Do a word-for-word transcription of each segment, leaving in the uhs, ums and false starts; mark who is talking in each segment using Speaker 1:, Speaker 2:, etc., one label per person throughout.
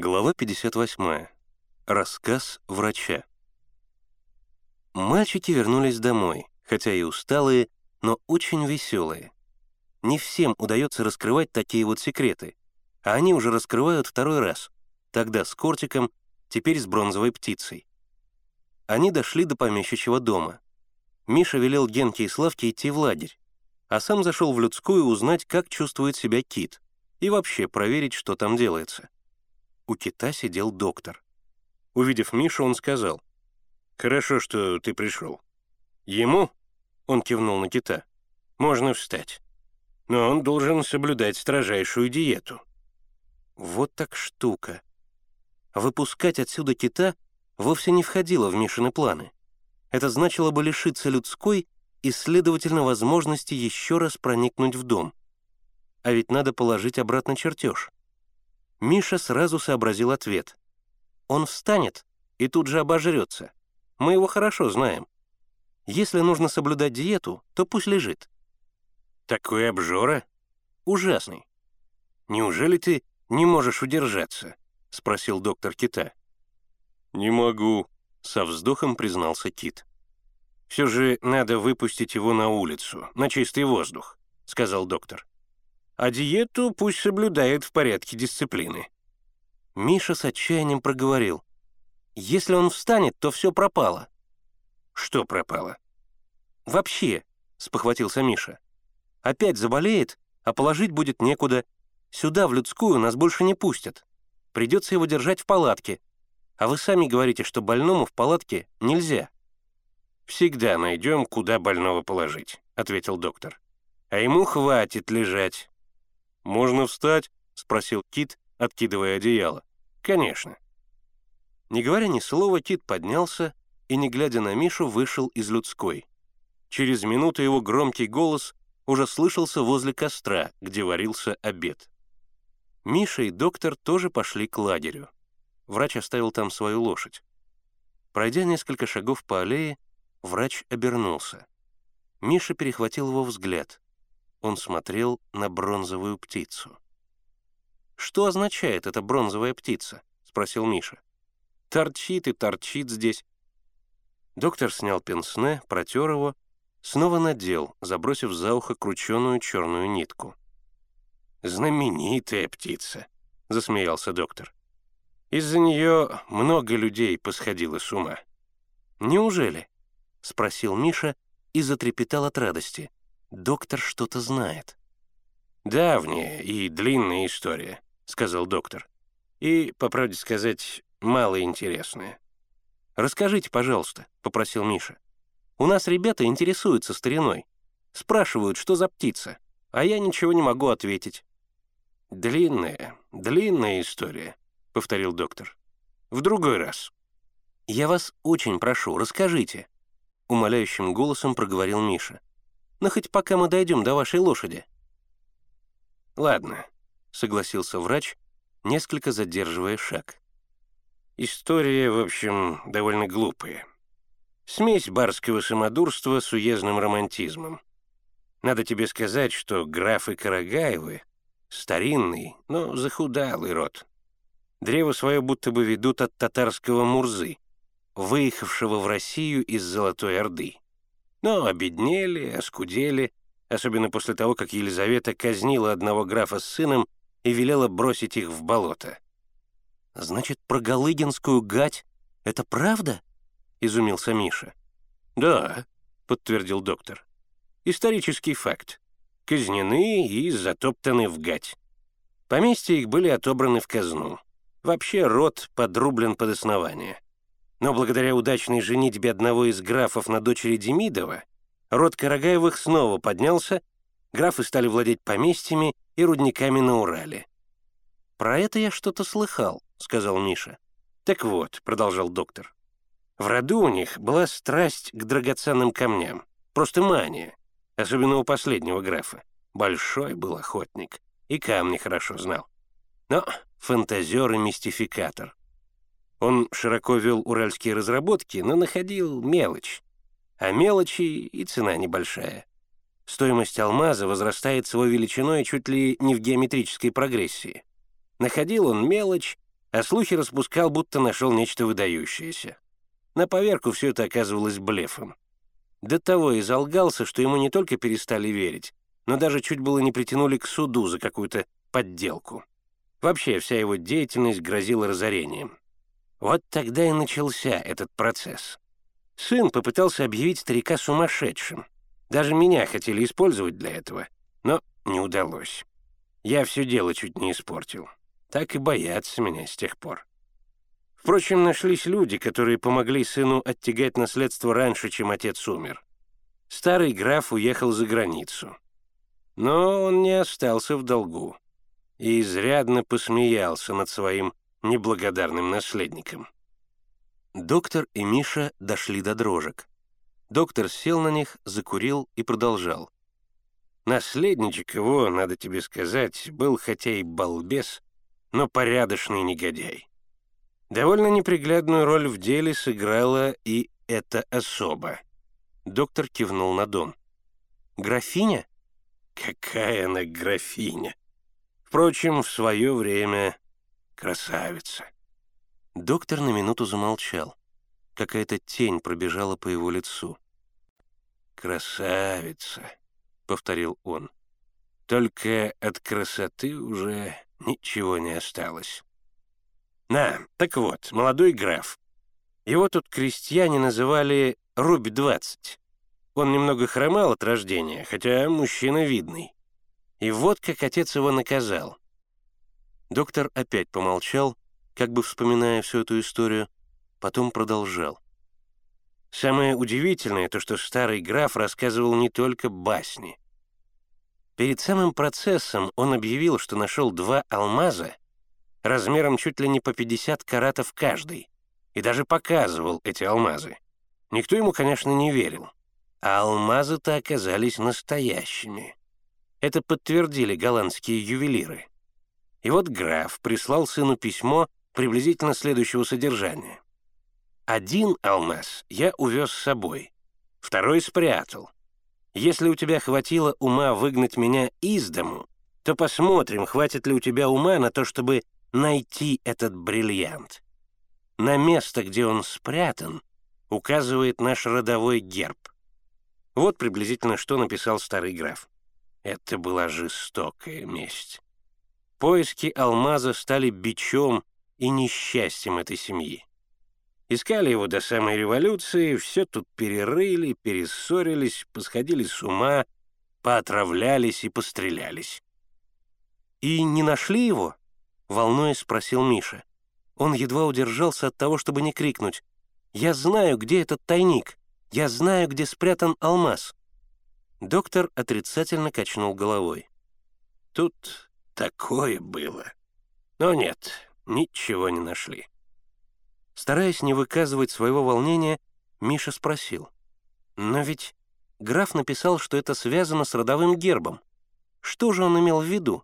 Speaker 1: Глава пятьдесят восьмая. Рассказ врача. Мальчики вернулись домой, хотя и усталые, но очень веселые. Не всем удается раскрывать такие вот секреты, а они уже раскрывают второй раз, тогда с Кортиком, теперь с бронзовой птицей. Они дошли до помещичьего дома. Миша велел Генке и Славке идти в лагерь, а сам зашел в людскую узнать, как чувствует себя Кит, и вообще проверить, что там делается. У Кита сидел доктор. Увидев Мишу, он сказал: «Хорошо, что ты пришел. Ему, — он кивнул на Кита, — можно встать, но он должен соблюдать строжайшую диету». Вот так штука. Выпускать отсюда Кита вовсе не входило в Мишины планы. Это значило бы лишиться людской и, следовательно, возможности еще раз проникнуть в дом. А ведь надо положить обратно чертеж. Миша сразу сообразил ответ. Он встанет и тут же обожрется. Мы его хорошо знаем. Если нужно соблюдать диету, то пусть лежит. Такой обжора? Ужасный. Неужели ты не можешь удержаться? Спросил доктор Кита. Не могу, со вздохом признался Кит. Все же надо выпустить его на улицу, на чистый воздух, сказал доктор. А диету пусть соблюдает в порядке дисциплины. Миша с отчаянием проговорил. Если он встанет, то все пропало. Что пропало? Вообще, спохватился Миша. Опять заболеет, а положить будет некуда. Сюда, в людскую, нас больше не пустят. Придется его держать в палатке. А вы сами говорите, что больному в палатке нельзя. Всегда найдем, куда больного положить, ответил доктор. А ему хватит лежать. «Можно встать?» — спросил Кит, откидывая одеяло. «Конечно». Не говоря ни слова, Кит поднялся и, не глядя на Мишу, вышел из людской. Через минуту его громкий голос уже слышался возле костра, где варился обед. Миша и доктор тоже пошли к лагерю. Врач оставил там свою лошадь. Пройдя несколько шагов по аллее, врач обернулся. Миша перехватил его взгляд. Он смотрел на бронзовую птицу. «Что означает эта бронзовая птица?» — спросил Миша. «Торчит и торчит здесь». Доктор снял пенсне, протер его, снова надел, забросив за ухо крученую черную нитку. «Знаменитая птица», — засмеялся доктор. «Из-за нее много людей посходило с ума». «Неужели?» — спросил Миша и затрепетал от радости. Доктор что-то знает. «Давняя и длинная история», — сказал доктор. «И, по правде сказать, малоинтересная». «Расскажите, пожалуйста», — попросил Миша. «У нас ребята интересуются стариной. Спрашивают, что за птица, а я ничего не могу ответить». «Длинная, длинная история», — повторил доктор. «В другой раз». «Я вас очень прошу, расскажите», — умоляющим голосом проговорил Миша. «Но хоть пока мы дойдем до вашей лошади». «Ладно», — согласился врач, несколько задерживая шаг. «История, в общем, довольно глупая. Смесь барского самодурства с уездным романтизмом. Надо тебе сказать, что графы Карагаевы — старинный, но захудалый род. Древо свое будто бы ведут от татарского Мурзы, выехавшего в Россию из Золотой Орды. Но обеднели, оскудели, особенно после того, как Елизавета казнила одного графа с сыном и велела бросить их в болото. «Значит, про Галыгинскую гать — это правда?» — изумился Миша. «Да», — подтвердил доктор. «Исторический факт. Казнены и затоптаны в гать. Поместья их были отобраны в казну. Вообще род подрублен под основание. Но благодаря удачной женитьбе одного из графов на дочери Демидова род Карагаевых снова поднялся, графы стали владеть поместьями и рудниками на Урале. «Про это я что-то слыхал», — сказал Миша. «Так вот», — продолжал доктор, — «в роду у них была страсть к драгоценным камням, просто мания, особенно у последнего графа. Большой был охотник и камни хорошо знал. Но фантазер и мистификатор. Он широко вел уральские разработки, но находил мелочь. А мелочи и цена небольшая. Стоимость алмаза возрастает с его величиной чуть ли не в геометрической прогрессии. Находил он мелочь, а слухи распускал, будто нашел нечто выдающееся. На поверку все это оказывалось блефом. До того изолгался, что ему не только перестали верить, но даже чуть было не притянули к суду за какую-то подделку. Вообще, вся его деятельность грозила разорением. Вот тогда и начался этот процесс. Сын попытался объявить старика сумасшедшим. Даже меня хотели использовать для этого, но не удалось. Я все дело чуть не испортил. Так и боятся меня с тех пор. Впрочем, нашлись люди, которые помогли сыну оттягать наследство раньше, чем отец умер. Старый граф уехал за границу. Но он не остался в долгу и изрядно посмеялся над своим неблагодарным наследником. Доктор и Миша дошли до дрожек. Доктор сел на них, закурил и продолжал. Наследничек его, надо тебе сказать, был хотя и балбес, но порядочный негодяй. Довольно неприглядную роль в деле сыграла и эта особа. Доктор кивнул на дом. «Графиня?» «Какая она графиня! Впрочем, в свое время красавица». Доктор на минуту замолчал. Какая-то тень пробежала по его лицу. «Красавица», — повторил он. «Только от красоты уже ничего не осталось». На, так вот, молодой граф. Его тут крестьяне называли Рубь-двадцать. Он немного хромал от рождения, хотя мужчина видный. И вот как отец его наказал. Доктор опять помолчал, как бы вспоминая всю эту историю, потом продолжал. Самое удивительное то, что старый граф рассказывал не только басни. Перед самым процессом он объявил, что нашел два алмаза размером чуть ли не по пятьдесят каратов каждый, и даже показывал эти алмазы. Никто ему, конечно, не верил. А алмазы-то оказались настоящими. Это подтвердили голландские ювелиры. И вот граф прислал сыну письмо приблизительно следующего содержания. «Один алмаз я увез с собой, второй спрятал. Если у тебя хватило ума выгнать меня из дому, то посмотрим, хватит ли у тебя ума на то, чтобы найти этот бриллиант. На место, где он спрятан, указывает наш родовой герб». Вот приблизительно, что написал старый граф. Это была жестокая месть. Поиски алмаза стали бичом и несчастьем этой семьи. Искали его до самой революции, все тут перерыли, перессорились, посходили с ума, поотравлялись и пострелялись. «И не нашли его?» — волнуясь, спросил Миша. Он едва удержался от того, чтобы не крикнуть. «Я знаю, где этот тайник! Я знаю, где спрятан алмаз!» Доктор отрицательно качнул головой. «Тут такое было. Но нет, ничего не нашли». Стараясь не выказывать своего волнения, Миша спросил. «Но ведь граф написал, что это связано с родовым гербом. Что же он имел в виду?»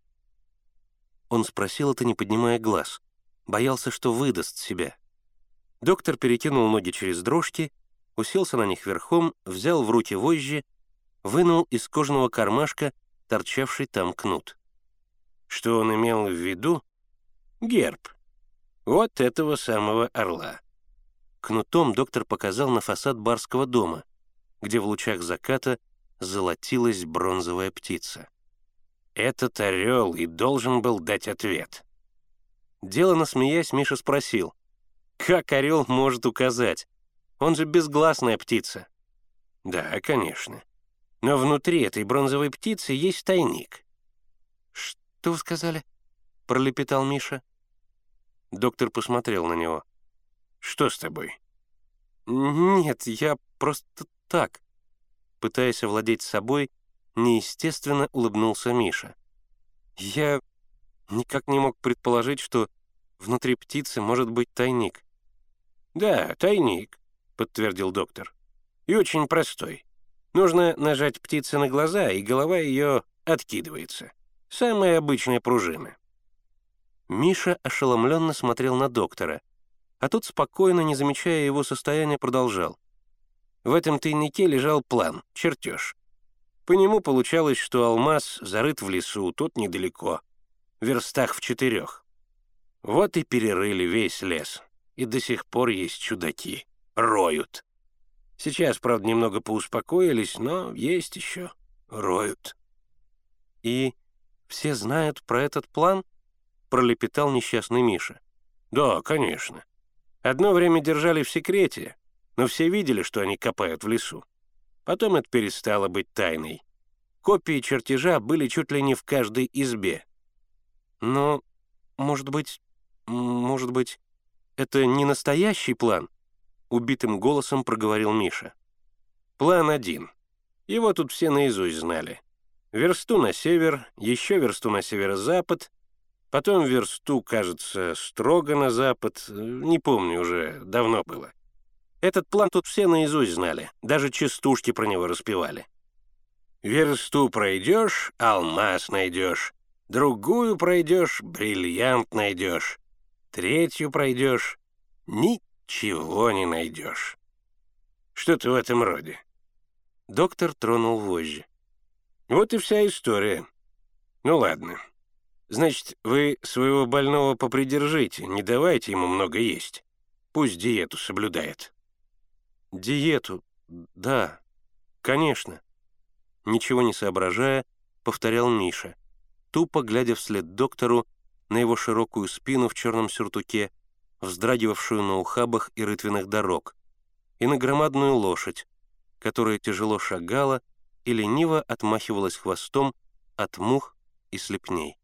Speaker 1: Он спросил это, не поднимая глаз. Боялся, что выдаст себя. Доктор перекинул ноги через дрожки, уселся на них верхом, взял в руки вожжи, вынул из кожаного кармашка торчавший там кнут. Что он имел в виду? Герб. Вот этого самого орла. Кнутом доктор показал на фасад барского дома, где в лучах заката золотилась бронзовая птица. Этот орел и должен был дать ответ. Делано смеясь, Миша спросил, «Как орел может указать? Он же безгласная птица». «Да, конечно. Но внутри этой бронзовой птицы есть тайник». «Что вы сказали?» — пролепетал Миша. Доктор посмотрел на него. «Что с тобой?» «Нет, я просто так». Пытаясь овладеть собой, неестественно улыбнулся Миша. «Я никак не мог предположить, что внутри птицы может быть тайник». «Да, тайник», — подтвердил доктор. «И очень простой. Нужно нажать птице на глаза, и голова ее откидывается. Самая обычная пружина». Миша ошеломленно смотрел на доктора, а тот спокойно, не замечая его состояния, продолжал. В этом тайнике лежал план, чертеж. По нему получалось, что алмаз зарыт в лесу, тут недалеко, в верстах в четырех.
Speaker 2: Вот и перерыли весь лес. И до сих пор есть чудаки. Роют. Сейчас, правда, немного поуспокоились, но есть еще. Роют.
Speaker 1: «И все знают про этот план?» — пролепетал несчастный Миша.
Speaker 2: Да, конечно. Одно время держали в секрете, но все видели, что они копают в лесу. Потом это перестало быть тайной. Копии чертежа были чуть ли не в каждой избе.
Speaker 1: «Но, может быть, может быть, это не настоящий план?» — убитым голосом проговорил Миша.
Speaker 2: План один. Его тут все наизусть знали. Версту на север, еще версту на северо-запад, потом версту, кажется, строго на запад, не помню уже, давно было. Этот план тут все наизусть знали, даже частушки про него распевали. Версту пройдешь — алмаз найдешь, другую пройдешь — бриллиант найдешь, третью пройдешь — ничего не найдешь. Что-то в этом роде.
Speaker 1: Доктор тронул вожжи.
Speaker 2: Вот и вся история. Ну ладно. Значит, вы своего больного попридержите, не давайте ему много есть. Пусть диету соблюдает.
Speaker 1: «Диету, да, конечно», — ничего не соображая, повторял Миша, тупо глядя вслед доктору на его широкую спину в черном сюртуке, вздрагивавшую на ухабах и рытвенных дорог, и на громадную лошадь, которая тяжело шагала и лениво отмахивалась хвостом от мух и слепней.